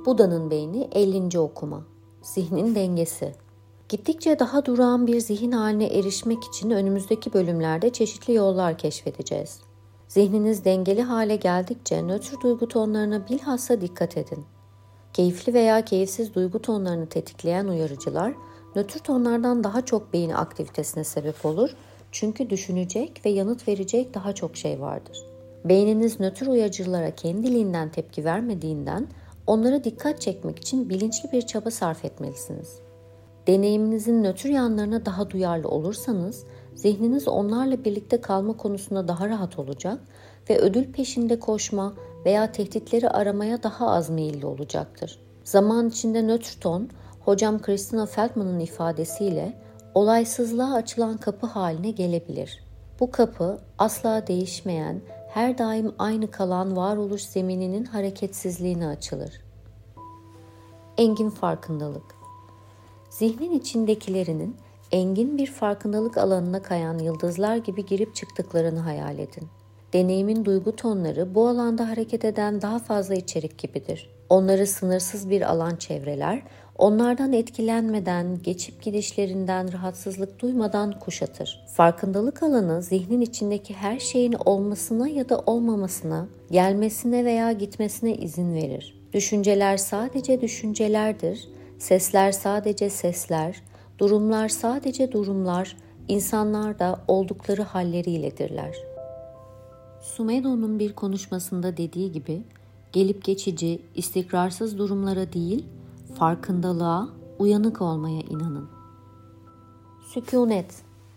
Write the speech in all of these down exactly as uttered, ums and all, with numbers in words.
Buda'nın beyni ellinci okuma. Zihnin dengesi. Gittikçe daha durağan bir zihin haline erişmek için önümüzdeki bölümlerde çeşitli yollar keşfedeceğiz. Zihniniz dengeli hale geldikçe nötr duygu tonlarına bilhassa dikkat edin. Keyifli veya keyifsiz duygu tonlarını tetikleyen uyarıcılar, nötr tonlardan daha çok beyin aktivitesine sebep olur çünkü düşünecek ve yanıt verecek daha çok şey vardır. Beyniniz nötr uyarıcılara kendiliğinden tepki vermediğinden onlara dikkat çekmek için bilinçli bir çaba sarf etmelisiniz. Deneyiminizin nötr yanlarına daha duyarlı olursanız, zihniniz onlarla birlikte kalma konusunda daha rahat olacak ve ödül peşinde koşma veya tehditleri aramaya daha az meyilli olacaktır. Zaman içinde nötr ton, hocam Christina Feldman'ın ifadesiyle olaysızlığa açılan kapı haline gelebilir. Bu kapı asla değişmeyen, her daim aynı kalan varoluş zemininin hareketsizliğine açılır. Engin farkındalık. Zihnin içindekilerinin engin bir farkındalık alanına kayan yıldızlar gibi girip çıktıklarını hayal edin. Deneyimin duygu tonları bu alanda hareket eden daha fazla içerik gibidir. Onları sınırsız bir alan çevreler, onlardan etkilenmeden, geçip gidişlerinden rahatsızlık duymadan kuşatır. Farkındalık alanı zihnin içindeki her şeyin olmasına ya da olmamasına, gelmesine veya gitmesine izin verir. Düşünceler sadece düşüncelerdir, sesler sadece sesler, durumlar sadece durumlar, insanlar da oldukları halleriyledirler. Sumedo'nun bir konuşmasında dediği gibi, gelip geçici, istikrarsız durumlara değil, farkındalığa, uyanık olmaya inanın. Sükûnet.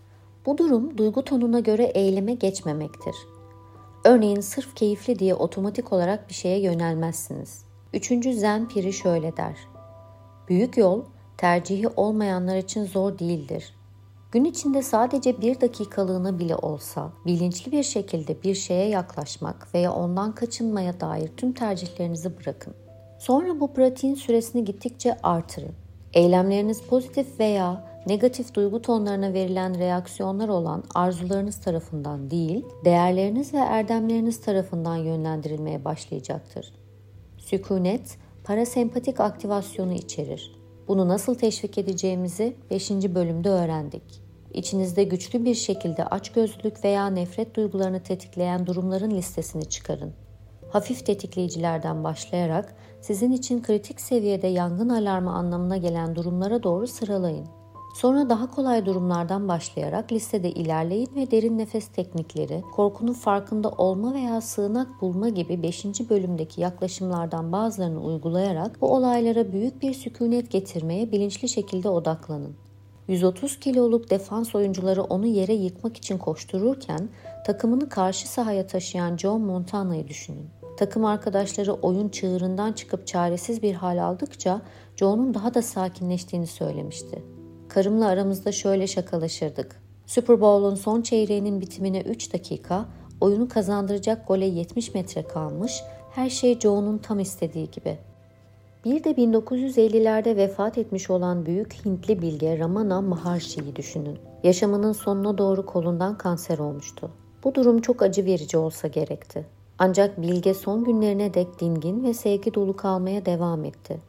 Bu durum duygu tonuna göre eyleme geçmemektir. Örneğin sırf keyifli diye otomatik olarak bir şeye yönelmezsiniz. Üçüncü Zen piri şöyle der. Büyük yol, tercihi olmayanlar için zor değildir. Gün içinde sadece bir dakikalığına bile olsa bilinçli bir şekilde bir şeye yaklaşmak veya ondan kaçınmaya dair tüm tercihlerinizi bırakın. Sonra bu pratiğin süresini gittikçe artırın. Eylemleriniz pozitif veya negatif duygu tonlarına verilen reaksiyonlar olan arzularınız tarafından değil, değerleriniz ve erdemleriniz tarafından yönlendirilmeye başlayacaktır. Sükûnet, parasempatik aktivasyonu içerir. Bunu nasıl teşvik edeceğimizi beşinci bölümde öğrendik. İçinizde güçlü bir şekilde açgözlülük veya nefret duygularını tetikleyen durumların listesini çıkarın. Hafif tetikleyicilerden başlayarak sizin için kritik seviyede yangın alarmı anlamına gelen durumlara doğru sıralayın. Sonra daha kolay durumlardan başlayarak listede ilerleyin ve derin nefes teknikleri, korkunun farkında olma veya sığınak bulma gibi beşinci bölümdeki yaklaşımlardan bazılarını uygulayarak bu olaylara büyük bir sükûnet getirmeye bilinçli şekilde odaklanın. yüz otuz kiloluk defans oyuncuları onu yere yıkmak için koştururken takımını karşı sahaya taşıyan Joe Montana'yı düşünün. Takım arkadaşları oyun çığırından çıkıp çaresiz bir hal aldıkça Joe'nun daha da sakinleştiğini söylemişti. Karımla aramızda şöyle şakalaşırdık. Super Bowl'un son çeyreğinin bitimine üç dakika, oyunu kazandıracak gole yetmiş metre kalmış, her şey Joe'nun tam istediği gibi. Bir de bin dokuz yüz ellilerde vefat etmiş olan büyük Hintli bilge Ramana Maharshi'yi düşünün. Yaşamının sonuna doğru kolundan kanser olmuştu. Bu durum çok acı verici olsa gerekti. Ancak bilge son günlerine dek dingin ve sevgi dolu kalmaya devam etti.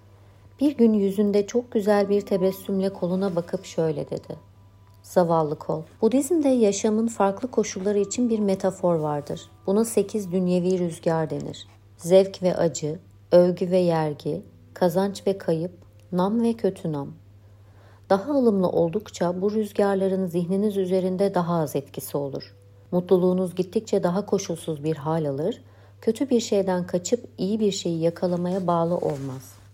Bir gün yüzünde çok güzel bir tebessümle koluna bakıp şöyle dedi. Zavallı kol. Budizm'de yaşamın farklı koşulları için bir metafor vardır. Buna sekiz dünyevi rüzgar denir. Zevk ve acı, övgü ve yergi, kazanç ve kayıp, nam ve kötü nam. Daha ılımlı oldukça bu rüzgarların zihniniz üzerinde daha az etkisi olur. Mutluluğunuz gittikçe daha koşulsuz bir hal alır, kötü bir şeyden kaçıp iyi bir şeyi yakalamaya bağlı olmaz.